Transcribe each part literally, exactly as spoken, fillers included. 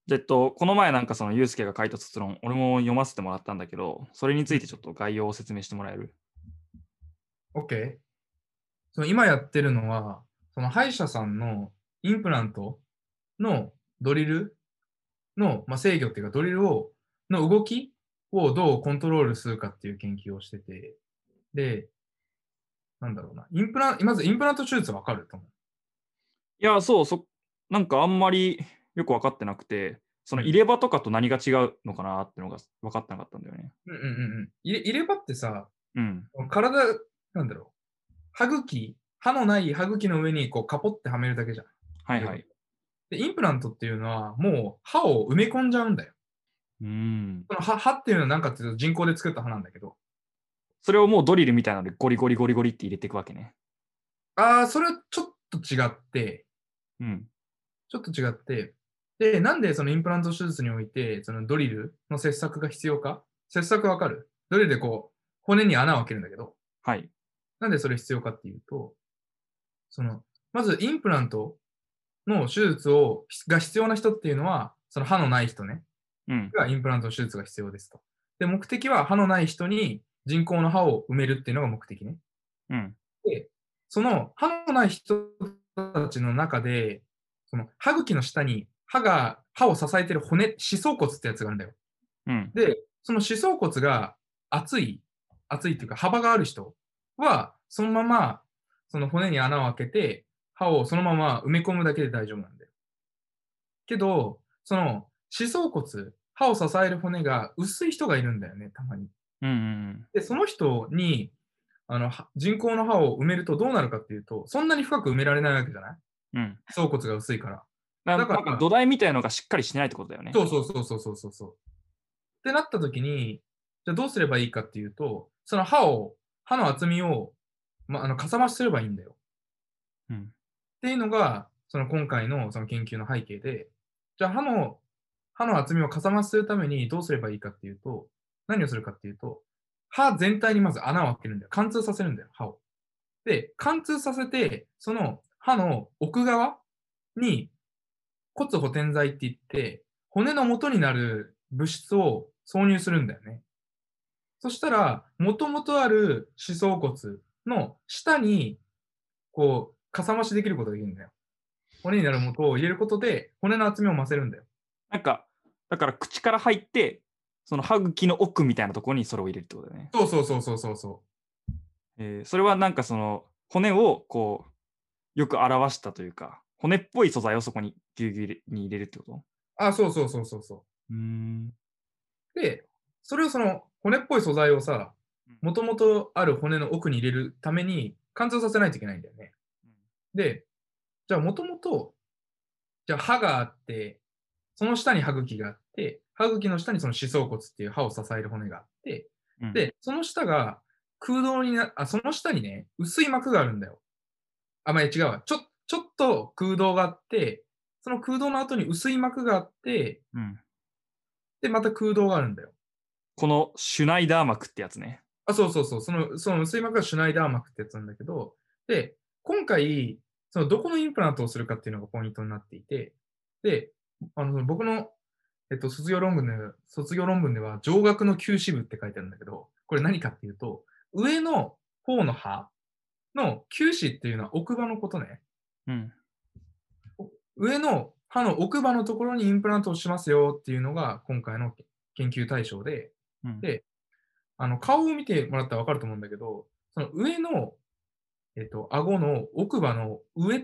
えっと、この前なんかそのユうスケが書いた卒論、俺も読ませてもらったんだけど、それについてちょっと概要を説明してもらえる？ OK。その今やってるのは、その歯医者さんのインプラントのドリルの、まあ、制御っていうか、ドリルをの動きをどうコントロールするかっていう研究をしてて、で、なんだろうな、インプランまずインプラント手術わかると思う。 いや、そう、そなんかあんまりよく分かってなくて、そうん。 の入れ歯とかと何が違うのかなってのが分かってなかったんだよね。 うんうんうんうん。入れ入れ歯ってさ、 うん。 体なんだろう、歯茎歯のない歯茎の上にこうカポってはめるだけじゃん、入れ歯。 はいはい。 で、インプラントっていうのは、もう歯を埋め込んじゃうんだよ。 うーん。 その歯歯っていうのは何かっていうと人工で作った歯なんだけど、 それをもうドリルみたいなのでゴリゴリゴリゴリって入れていくわけね。 ああ、それはちょっと違ってうん。 ちょっと違って、で、なんでそのインプラント手術において、そのドリルの切削が必要か？切削わかる？ドリルでこう、骨に穴を開けるんだけど、 はい。 なんでそれ必要かっていうと、その、まずインプラントの手術をが必要な人っていうのは、その歯のない人ね、 うん。 がインプラントの手術が必要ですと。で、目的は歯のない人に人工の歯を埋めるっていうのが目的ね。 うん。 で、その歯のない人たちの中で、その歯茎の下に歯が歯を支えている骨、歯槽骨ってやつがあるんだよ。 うん。 で、その歯槽骨が厚い厚いっていうか幅がある人は、そのままその骨に穴を開けて、歯をそのまま埋め込むだけで大丈夫なんだよ。けど、その歯槽骨、歯を支える骨が薄い人がいるんだよね、たまに。 うんうんうん。 で、その人に、あの、は人工の歯を埋めるとどうなるかっていうと、そんなに深く埋められないわけじゃない？ うん。 歯槽骨が薄いから。 ななんかだから土台みたいのがしっかりしてないってことだよね。 そうそうそうそうそうそうそう。ってなった時に、じゃあどうすればいいかっていうと、その歯を歯の厚みを、ま、あの、かさ増しすればいいんだよ。 うん。 っていうのが、その今回のその研究の背景で、じゃあ歯の歯の厚みをかさ増しするためにどうすればいいかっていうと、何をするかっていうと、歯全体にまず穴を開けるんだよ。貫通させるんだよ、歯を。で、貫通させて、その歯の奥側に骨補填剤って言って、骨の元になる物質を挿入するんだよね。そしたら、もともとある歯槽骨の下に、こう、かさ増しできることができるんだよ。骨になる元を入れることで、骨の厚みを増せるんだよ。 なんか、だから口から入って、その歯茎の奥みたいなところにそれを入れるってことだよね。 そうそうそうそうそうそう。 えーそれはなんかその骨をこう、よく表したというか、骨っぽい素材をそこにぎゅうぎゅうに入れるってこと？ あ、そうそうそうそうそうーん。 う。で、それをその骨っぽい素材をさ、 うん、 もともとある骨の奥に入れるために貫通させないといけないんだよね。 うん、 で、じゃあもともと、じゃあ歯があって、その下に歯茎があって、歯茎の下にその歯槽骨っていう歯を支える骨があって、 うん。 で、その下が空洞になあ、その下にね、薄い膜があるんだよ。あ、ま、いや違うわ。ちょちょっと空洞があって、その空洞の後に薄い膜があって、 うん。 で、また空洞があるんだよ。 このシュナイダー膜ってやつね。 あ、そうそうそう。そのその薄い膜がシュナイダー膜ってやつなんだけど、で、今回、そのどこのインプラントをするかっていうのがポイントになっていて、で、あの、僕の、えっと、卒業論文で卒業論文では、上顎の臼歯部って書いてあるんだけど、これ何かっていうと、上の方の歯の臼歯っていうのは奥歯のことね。 うん。 上の歯の奥歯のところにインプラントをしますよっていうのが今回の研究対象で、 うん。 で、あの、顔を見てもらったらわかると思うんだけど、その上の、えっと、顎の奥歯の上って、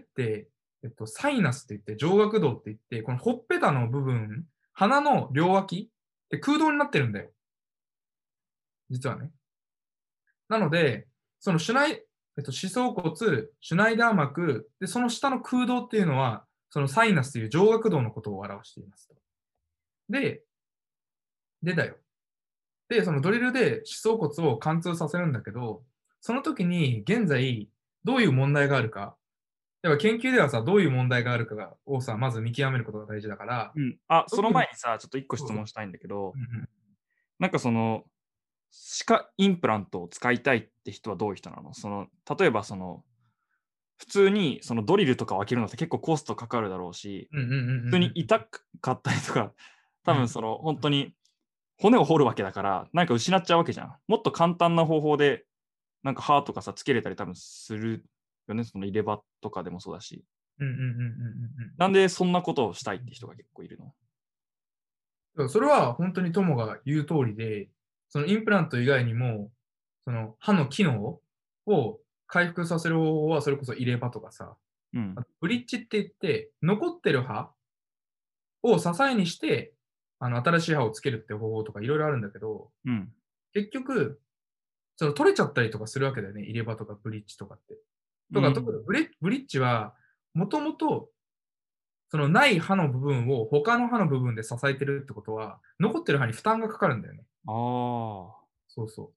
えっと、サイナスって言って、上顎道って言って、このほっぺたの部分、鼻の両脇って空洞になってるんだよ。実はね。なので、そのシュナイ、えっと、歯槽骨、シュナイダー膜、で、その下の空洞っていうのは、そのサイナスという上顎道のことを表していますと。で、でだよ。で、そのドリルで歯槽骨を貫通させるんだけど、その時に現在どういう問題があるか、やっぱ研究ではさ、どういう問題があるかがをさ、まず見極めることが大事だから、 うん。あ、その特に前にさ、ちょっといっこそうそう。 質問したいんだけど、 うんうん。 なんかその、歯科インプラントを使いたいって人はどういう人なの？その、例えばその、 普通にそのドリルとかを開けるのって結構コストかかるだろうし、 うんうんうんうんうん。 普通に痛かったりとか、多うん分その本当に骨を掘るわけだから、なんか失っちゃうわけじゃん。もっと簡単な方法で、なんか歯とかさ、つけれたり多分するよね。その入れ歯とかでもそうだし。 うんうんうんうんうんうん。 なんでそんなことをしたいって人が結構いるの？ そう、それは本当に友が言う通りで、そのインプラント以外にも、その歯の機能を回復させる方法はそれこそ入れ歯とかさ、 うん。 あとブリッジって言って、残ってる歯を支えにして、あの、新しい歯をつけるって方法とかいろいろあるんだけど、 うん。 結局、その取れちゃったりとかするわけだよね、入れ歯とかブリッジとかって。とか、特うん。 にブレブリッジは、もともとそのない歯の部分を他の歯の部分で支えてるってことは、残ってる歯に負担がかかるんだよね。 ああ。 そうそう。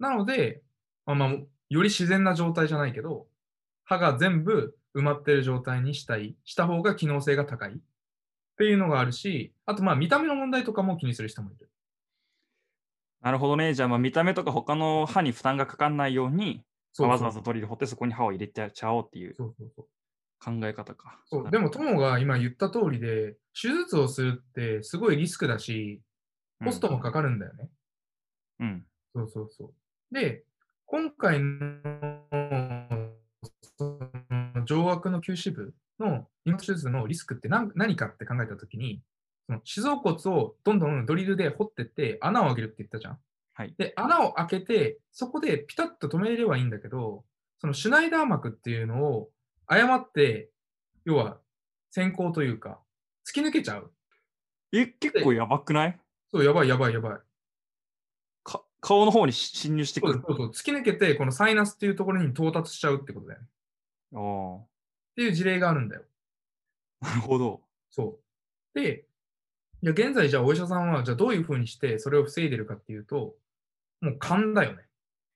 なので、まあまあ、より自然な状態じゃないけど、歯が全部埋まってる状態にしたいした方が機能性が高いっていうのがあるし、あとまあ見た目の問題とかも気にする人もいる。 なるほどね。じゃあ、ま、見た目とか他の歯に負担がかかんないように、ま、わざわそうそう。 ざドリル掘ってそこに歯を入れてちゃおうっていうそうそうそう。 考え方か。 そう、でもなるほど。 友が今言った通りで、手術をするってすごいリスクだし、 うん。 コストもかかるんだよね。 うん。 そうそうそう。で、今回のその上顎の臼歯部のリンパ手術のリスクって何何かって考えたときに、その歯槽骨をどんどんドリルで掘ってって穴を開けるって言ったじゃん。 はい。 で、穴を開けて、そこでピタッと止めればいいんだけど、そのシュナイダー膜っていうのを誤って、要は先行というか、突き抜けちゃう。 え、結構で、 やばくない？ そう、やばいやばいやばい。 か顔の方にし侵入してくる。 そうです、そうそう、突き抜けて、このサイナスっていうところに到達しちゃうってことだよね。 ああ、 っていう事例があるんだよ。 なるほど。 そう。で、いや、現在じゃあお医者さんは、じゃあどういう風にしてそれを防いでるかっていうと、もう勘だよね。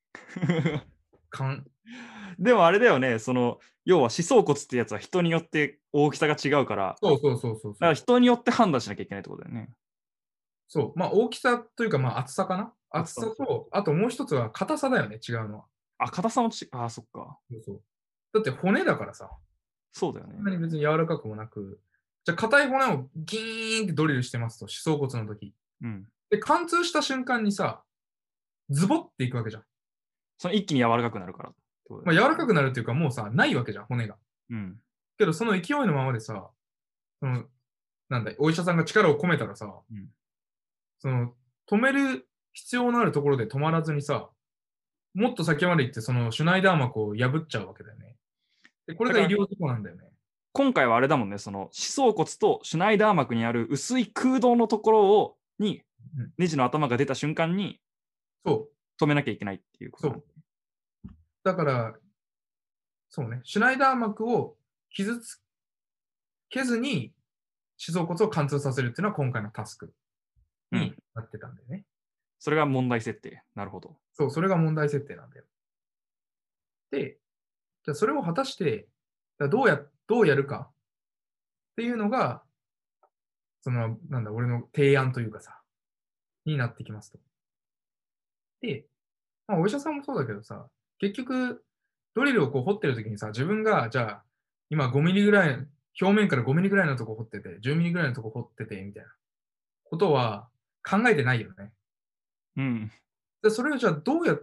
勘。 でもあれだよね、その、要は歯槽骨ってやつは人によって大きさが違うから、 そうそうそうそうだからそう。 人によって判断しなきゃいけないってことだよね。 そう。まあ、大きさというか、まあ、厚さかな。厚厚さもそう。 さと、あともう一つは硬さだよね、違うのは。 あ、硬さもちああ、そっか。 そうそう。だって骨だからさ、 そうだよね。 そんなに別に柔らかくもなく、じゃあ硬い骨をギーンってドリルしてますと、歯槽骨の時。 うん。 で、貫通した瞬間にさ、ズボっていくわけじゃん。 その一気に柔らかくなるからってことだまあ、 よね。 柔らかくなるっていうか、もうさ、ないわけじゃん、骨が。 うん。 けど、その勢いのままでさ、その、なんだい、お医者さんが力を込めたらさ、 うん。 その、止める必要のあるところで止まらずにさ、もっと先まで行って、そのシュナイダー膜を破っちゃうわけだよね。で、これだからが医療事故なんだよね。 今回はあれだもんね、その歯槽骨とシュナイダー膜にある薄い空洞のところをに、 うん。 ネジの頭が出た瞬間にそう、 止めなきゃいけないっていうことなん。 そう。だから、そうね、シュナイダー膜を傷つけずに、歯槽骨を貫通させるっていうのは今回のタスクうん。 になってたんだよね。 それが問題設定。なるほど。 そう、それが問題設定なんだよ。で、じゃあそれを果たして、じゃあどうやどうやるかっていうのが、その、なんだ、俺の提案というかさ、になってきますと。で、まあ、お医者さんもそうだけどさ、結局、ドリルをこう掘ってる時にさ、自分が、じゃあ、今ごミリぐらい、表面からごミリぐらいのとこ掘ってて、じゅうミリぐらいのとこ掘ってて、みたいなことは考えてないよね。 うん。 で、それをじゃあどうやって、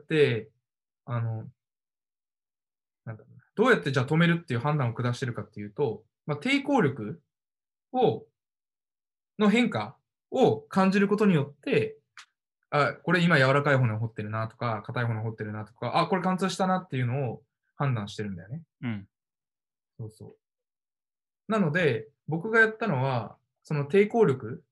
あの、なんだろうな、どうやってじゃあ止めるっていう判断を下してるかっていうと、まあ、抵抗力をの変化を感じることによって、あ、これ今柔らかい骨を掘ってるなとか、硬い骨を掘ってるなとか、あ、これ貫通したなっていうのを判断してるんだよね。 うん。 そうそう。なので、僕がやったのは、その抵抗力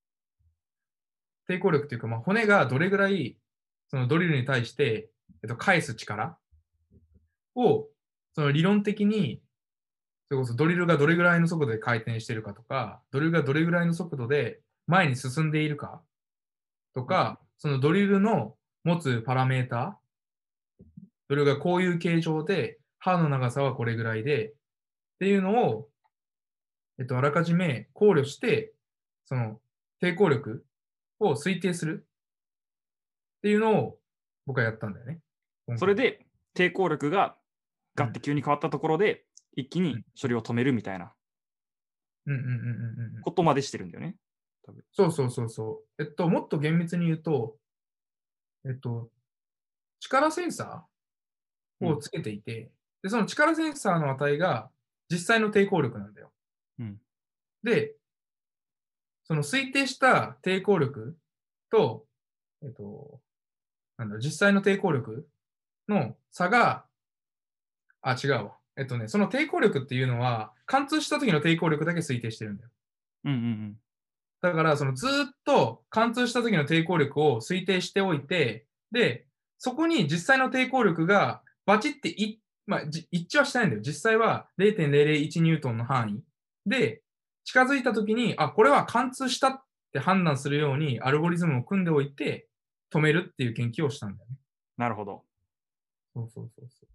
抵抗力っていうか、まあ、骨がどれぐらい、そのドリルに対して、えっと、返す力を、その理論的に、それこそドリルがどれぐらいの速度で回転してるかとか、ドリルがどれぐらいの速度で前に進んでいるかとか、そのドリルの持つパラメーター、ドリルがこういう形状で、刃の長さはこれぐらいで、っていうのを、えっと、あらかじめ考慮して、その抵抗力を推定するっていうのを僕はやったんだよね。今回。 それで抵抗力がガッて急に変わったところで、一気に処理を止めるみたいなうんうんうんうんうん。 ことまでしてるんだよね。多分。 そうそうそうそう。えっと、もっと厳密に言うと、えっと、力センサーうん。 をつけていて、で、その力センサーの値が実際の抵抗力なんだよ。 うん。 で、その推定した抵抗力と、えっと、なんだろう、実際の抵抗力の差が、あ、違うわ。えっとね、その抵抗力っていうのは、貫通した時の抵抗力だけ推定してるんだよ。 うんうんうん。 だから、そのずーっと貫通した時の抵抗力を推定しておいて、で、そこに実際の抵抗力がバチってい、まあ、じ一致はしないんだよ。実際はれいてんぜろぜろいちニュートンの範囲で、近づいた時に、あ、これは貫通したって判断するようにアルゴリズムを組んでおいて、止めるっていう研究をしたんだよね。 なるほど。 そうそうそうそう。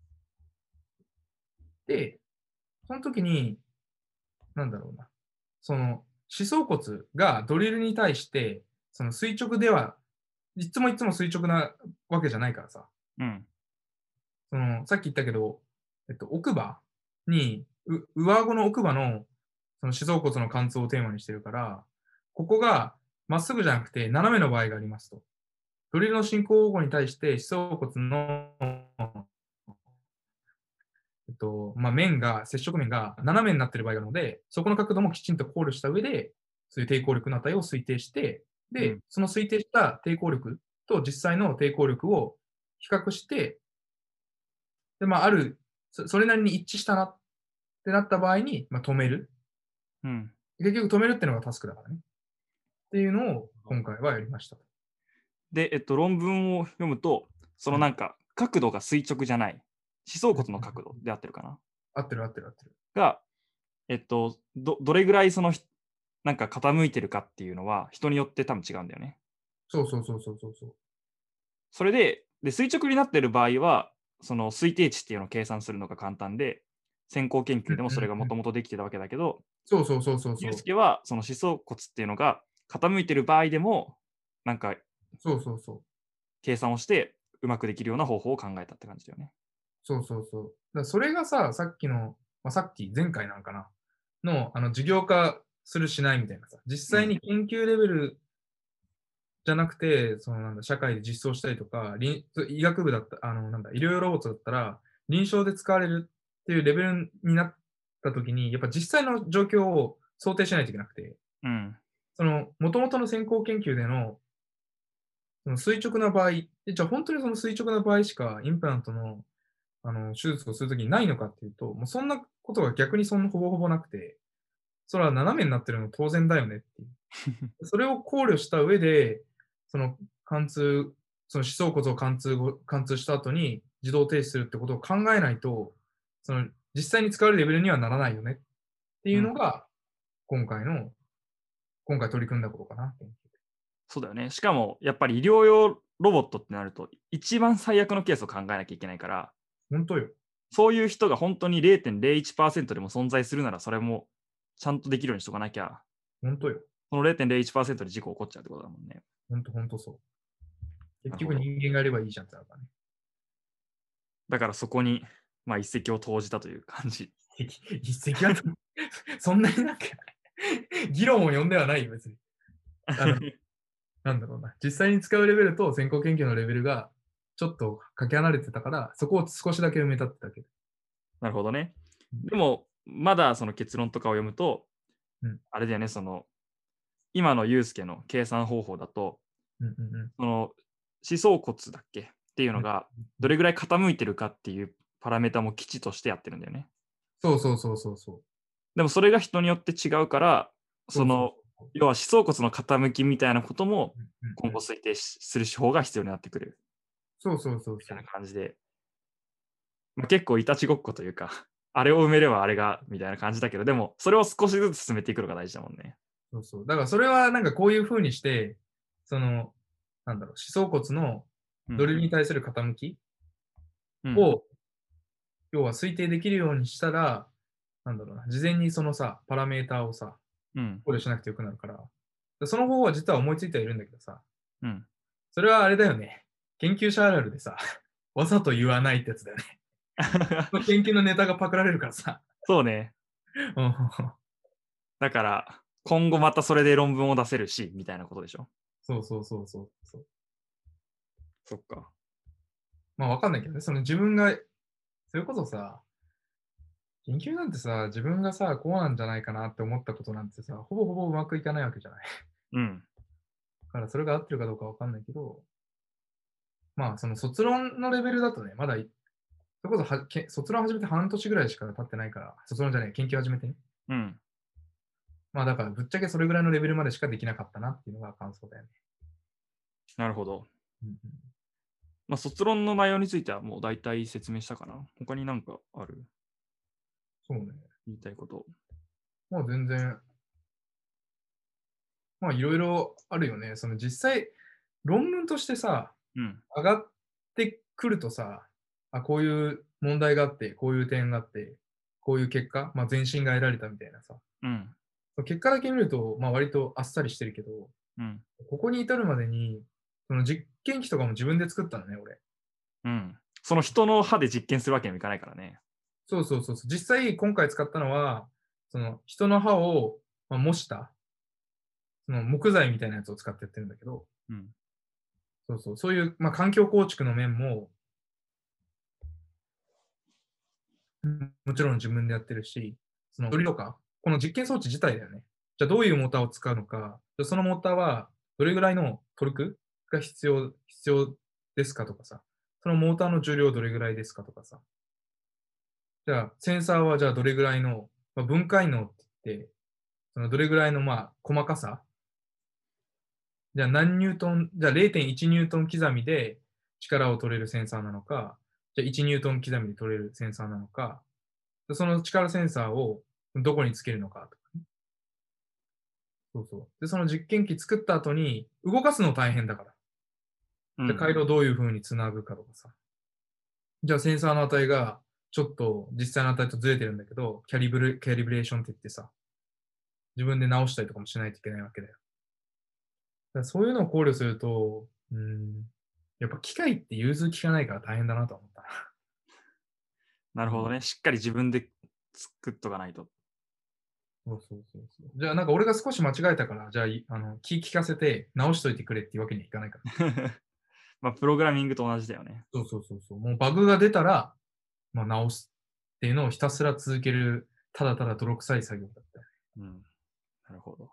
で、その時に、なんだろうな。その、歯槽骨がドリルに対して、その垂直では、いつもいつも垂直なわけじゃないからさ。 うん。 その、さっき言ったけど、えっと、奥歯に、う上顎の奥歯の、その歯槽骨の貫通をテーマにしてるから、ここがまっすぐじゃなくて斜めの場合がありますと。ドリルの進行方向に対して歯槽骨の、えっと、まあ、面が、接触面が斜めになっている場合があるので、そこの角度もきちんと考慮した上で、そういう抵抗力の値を推定して、で、 うん。 その推定した抵抗力と実際の抵抗力を比較して、で、まあ、ある、そそれなりに一致したなってなった場合に、まあ、止める。 うん。 結局止めるっていうのがタスクだからね。っていうのを今回はやりました。 で、えっと、論文を読むと、そのうん。 なんか、角度が垂直じゃない、歯槽うん骨の角度で合ってるかな合ってる合ってる合ってる。 が、えっと、どどれぐらいそのひなんか傾いてるかっていうのは、人によって多分違うんだよね。 そうそうそうそうそうそう。 それで、で、垂直になってる場合は、その推定値っていうのを計算するのが簡単で、先行研うん究でもそれがうんうん。 もともとできてたわけだけど、 そうそうそうそうそう。 ユースケはその歯槽骨っていうのが傾いてる場合でも、なんかそうそうそう。 計算をしてうまくできるような方法を考えたって感じだよね。 そうそうそう。だからそれがさ、さっきの、まあ、さっき、前回なんかな、の、あの、事業化するしないみたいなさ、実うん。 際に研究レベルじゃなくて、そのなんだ、社会で実装したりとか、臨医学部だった、あの、なんだ、医療用ロボットだったら、臨床で使われるっていうレベルになった時に、やっぱ実際の状況を想定しないといけなくて、 うん。 その、元々の先行研究での、その垂直な場合、えじゃあ本当にその垂直な場合しかインプラントのあの、手術をするときにないのかっていうと、もうそんなことが逆にそんなほぼほぼなくて、それは斜めになってるの当然だよねっていう。それを考慮した上で、その貫通、その歯槽骨を貫通後貫通した後に自動停止するってことを考えないと、その実際に使われるレベルにはならないよねっていうん。 うのが、今回の、今回取り組んだことかな。 そうだよね。しかもやっぱり医療用ロボットってなると、一番最悪のケースを考えなきゃいけないから、 本当よ。 そういう人が本当にれいてんぜろいちパーセントでも存在するなら、それもちゃんとできるようにしとかなきゃ、 本当よ。 このれいてんぜろいちパーセントで事故起こっちゃうってことだもんね。 本当本当そう。結局なるほど。 人間がやればいいじゃんってなるからね。 だからそこに、まあ、一石を投じたという感じ。 一石はとそんなになんか議論を呼んではないよ、別に。あの、なんだろうな。実際に使うレベルと先行研究のレベルがちょっとかけ離れてたから、そこを少しだけ埋めたってだけ。 なるほどね。 うんでも、まだその結論とかを読むと、 うんあれだよね、その、今のユースケの計算方法だと、 うんうんうんその、歯槽骨だっけっていうのが、どれぐらい傾いてるかっていうパラメータも基地としてやってるんだよね。 そうそうそうそうそう。 でもそれが人によって違うから、その、 そう要は歯槽骨の傾きみたいなこともうんうんうん今後推定しする手法が必要になってくるそうそうそうみたいなそう。 感じで、まあ、結構いたちごっこというか、あれを埋めればあれがみたいな感じだけど、でもそれを少しずつ進めていくのが大事だもんね。 そうそう。だからそれはなんかこういう風にして、その、なんだろう、歯槽骨のうん。 ドリルに対する傾きうん。 を、要は推定できるようにしたら、なんだろうな、事前にそのさ、パラメーターをさ、 うん。 考慮しなくてよくなるから、でその方法は実は思いついてはいるんだけどさ、 うん。 それはあれだよね。研究者あるあるでさ、わざと言わないってやつだよね。 研究のネタがパクられるからさ。 そうね。 うん。 だから、今後またそれで論文を出せるし、みたいなことでしょ。 そうそうそうそうそう。 そっか。 まあわかんないけどね、その自分が、それこそさ、研究なんてさ、自分がさ、こうなんじゃないかなって思ったことなんてさ、ほぼほぼうまくいかないわけじゃない。 うん。 だからそれが合ってるかどうかわかんないけど、まあその卒論のレベルだとね、まだい、それこそはけ卒論始めて半年ぐらいしか経ってないから、卒論じゃない、研究始めてね。 うん。 まあだからぶっちゃけそれぐらいのレベルまでしかできなかったなっていうのが感想だよね。 なるほど。 うんうん、 まあ、卒論の内容についてはもう大体説明したかな。他になんかあるそうね。 言いたいこと。 まあ全然、まあいろいろあるよね。その実際、論文としてさ、 うん。 上がってくるとさ、あ、こういう問題があって、こういう点があって、こういう結果、まあ、前進が得られたみたいなさ。 うん。 結果だけ見ると、まあ、割とあっさりしてるけど、 うん。 ここに至るまでに、その実験機とかも自分で作ったのね、俺。 うん。その人の歯で実験するわけにもいかないからね。 そうそうそうそう。実際、今回使ったのは、その人の歯を、まあ、模した、その木材みたいなやつを使ってやってるんだけど、 うん。 そうそう、そういう、まあ、環境構築の面も、もちろん自分でやってるし、その、ドリルとか、この実験装置自体だよね。じゃあどういうモーターを使うのか、じゃあそのモーターはどれぐらいのトルクが必要必要ですかとかさ、そのモーターの重量どれぐらいですかとかさ、じゃあセンサーはじゃあどれぐらいの、まあ、分解能って言って、そのどれぐらいのまあ細かさ、じゃあ何ニュートン、じゃあれいてんいちニュートン刻みで力を取れるセンサーなのか、じゃあいちニュートン刻みで取れるセンサーなのか、その力センサーをどこにつけるのかとかね。そうそう。で、その実験機作った後に、動かすの大変だから。じゃあうん。 回路をどういう風につなぐかとかさ。じゃあセンサーの値がちょっと実際の値とずれてるんだけど、キャリブル、キャリブレーションって言ってさ、自分で直したりとかもしないといけないわけだよ。だからそういうのを考慮すると、うん、やっぱ機械って融通きかないから大変だなと思ったな。 なるほどね。しっかり自分で作っとかないと。 そうそうそうそう。じゃあなんか俺が少し間違えたから、じゃあいあの気聞かせて直しといてくれっていうわけにはいかないから。 まあ、プログラミングと同じだよね。 そうそうそうそう。もうバグが出たら、まあ、直すっていうのをひたすら続ける、ただただ泥臭い作業だったよね。 うん。なるほど。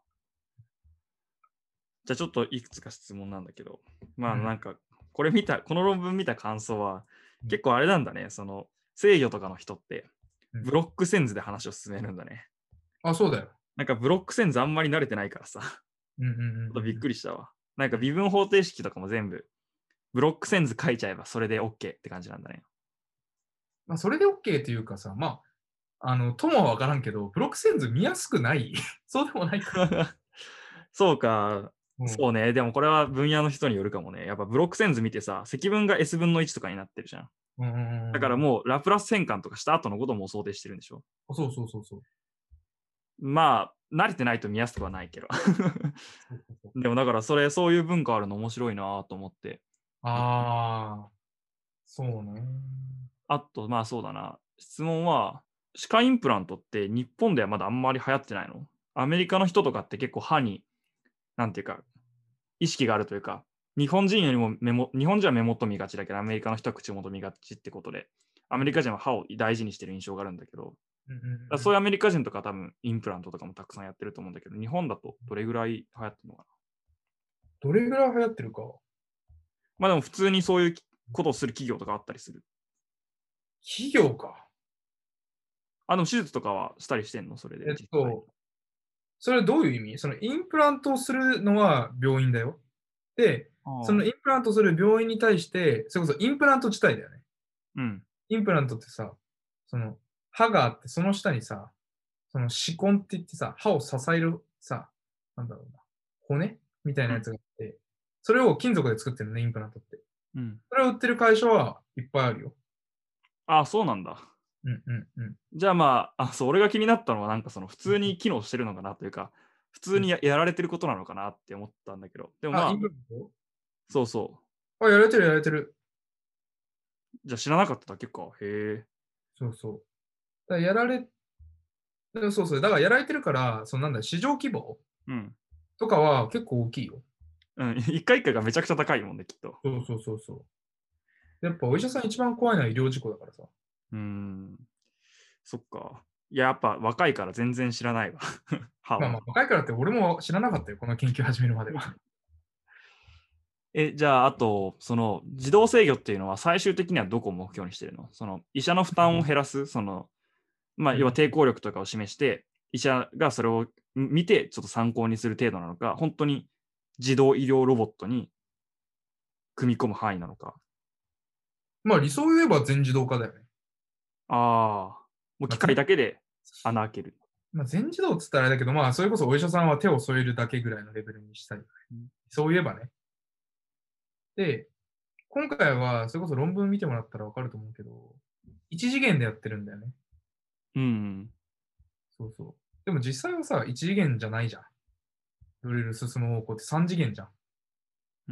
じゃあちょっといくつか質問なんだけど、まあなんか、これ見た、この論文見た感想は、 うん結構あれなんだね。その、制御とかの人って、 うんブロックセンズで話を進めるんだね。 あ、そうだよ。 なんかブロックセンズあんまり慣れてないからさ、ちうんうんうんょっとびっうん。 くりしたわ。なんか微分方程式とかも全部、ブロックセンズ書いちゃえばそれで OK って感じなんだね。 まあ、それで OK っていうかさ、まあ、あの、ともはわからんけど、ブロックセンズ見やすくないそうでもないか。 そうか。 うん。 そうね。でもこれは分野の人によるかもね。やっぱブロックセンズ見てさ、積分が S 分のいちとかになってるじゃん。 うんうんうんうん。 だからもうラプラス変換とかした後のことも想定してるんでしょ。 そうそうそうそう。 まあ、慣れてないと見やすくはないけど。 そうそうそう。 でもだからそれ、そういう文化あるの面白いなと思って。 ああ、そうね。 あと、まあそうだな。質問は、歯科インプラントって日本ではまだあんまり流行ってないの？アメリカの人とかって結構歯に、なんていうか、意識があるというか、日本人よりも目も、日本人は目元見がちだけど、アメリカの人は口元見がちってことで、アメリカ人は歯を大事にしてる印象があるんだけど、 うんうんうんだそういうアメリカ人とか多分インプラントとかもたくさんやってると思うんだけど、日本だとどれぐらい流行ってるのかな。 どれぐらい流行ってるか。 まあでも普通にそういうことをする企業とかあったりする。 企業か。 あの手術とかはしたりしてんのそれでえっ実際。 と、それはどういう意味そのインプラントをするのは病院だよ。で、そああ、 のインプラントする病院に対して、それこそインプラント自体だよね。 うん。 インプラントってさ、その歯があって、その下にさ、その歯根って言ってさ、歯を支えるさ、なんだろうな、骨みたいなやつがあって、それを金属で作ってるのね、インプラントって。 うん。 それを売ってる会社はいっぱいあるよ。 ああ、そうなんだ。 うんうんうん。 じゃあまあ、あ、そう、俺が気になったのはなんかその普通に機能してるのかなというか、普通にややられてることなのかなって思ったんだけど、でもあ、インまあ、 プラントそうそあ、やられてるやられてる。 う。じゃあ知らなかっただけか。へえ。 そうそう。だからやられ、そうそう。だからやられてるから、そのなんだ、市場規模うん。 とかは結構大きいよ。 うん、一回一回がめちゃくちゃ高いもんね、きっと。 そうそうそうそう。やっぱお医者さん一番怖いのは医療事故だからさ。 うーん。そっか。いや、やっぱ若いから全然知らないわ。歯は。 まあまあ、若いからって俺も知らなかったよ、この研究始めるまでは。 え、じゃあ、あと、その自動制御っていうのは最終的にはどこを目標にしてるの？その医者の負担を減らす、その、まあ、 うん、 要は抵抗力とかを示して、医者がそれを見てちょっと参考にする程度なのか、本当に自動医療ロボットに組み込む範囲なのか。 まあ理想を言えば全自動化だよね。 ああ、もう機まあ、全械だけで穴開ける。 まあ、全自動っつったらあれだけど、まあそれこそお医者さんは手を添えるだけぐらいのレベルにしたい。そう言えばね。で、今回はそれこそ論文見てもらったらわかると思うけど、一次元でやってるんだよね。 うん。 そうそう。でも実際はさ、一次元じゃないじゃん。ドリル進む方向って三次元じゃん。 うん。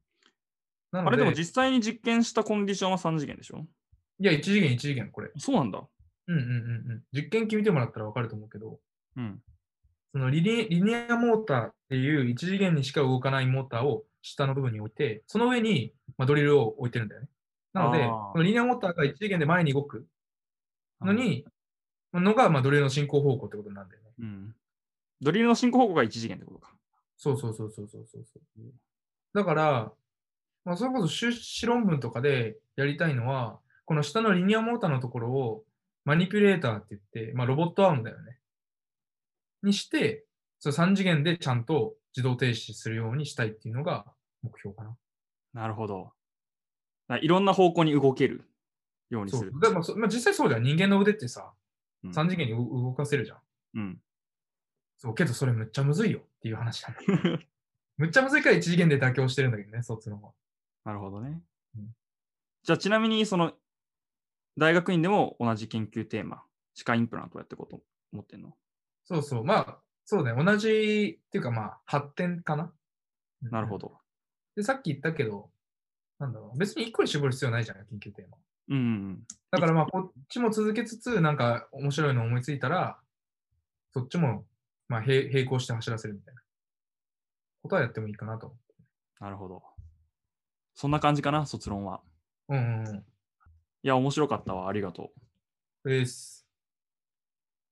あれでもなので、 実際に実験したコンディションはさん次元でしょ？ いや、一次元、一次元、これ。 そうなんだ。 うんうんうんうん。実験機見てもらったらわかると思うけど、 うん。 そのリニリニアモーターっていう一次元にしか動かないモーターを下の部分に置いて、その上に、まあ、ドリルを置いてるんだよね。なので、こあのリニアモーターが一次元で前に動くあ、なるほど。 のに、のが、まあ、ドリルの進行方向ってことなんだよね。 うん。ドリルの進行方向がいち次元ってことか。 そうそうそうそうそうそうそう。だから、まあ、それこそ修士論文とかでやりたいのは、この下のリニアモーターのところをマニピュレーターって言って、まあ、ロボットアームだよね。にして、そさん次元でちゃんと自動停止するようにしたいっていうのが目標かな。 なるほど。いろんな方向に動けるようにそう。 する。 でも、まあ、実際そうだよ。人間の腕ってさ、 うん。 さん次元に動かせるじゃん。 うん。 そう、けどそれむっちゃむずいよっていう話なんだ。むっちゃむずいからいち次元で妥協してるんだけどね、そっちの方は。 なるほどね。 うん、 じゃあちなみにその大学院でも同じ研究テーマ、歯科インプラントをやっていこうと思ってんの？ そうそう。まあ、そうだね。同じっていうかまあ、発展かな。うんうん、 なるほど。 で、さっき言ったけど、なんだろう。別にいっこに絞る必要ないじゃん、研究テーマ。 うんうんうん。 だからまあ、こっちも続けつつ、なんか面白いの思いついたら、そっちも、まあ、並並行して走らせるみたいなことはやってもいいかなと。 なるほど。そんな感じかな、卒論は。 うんうんうん。 いや、面白かったわ。ありがとう。 です。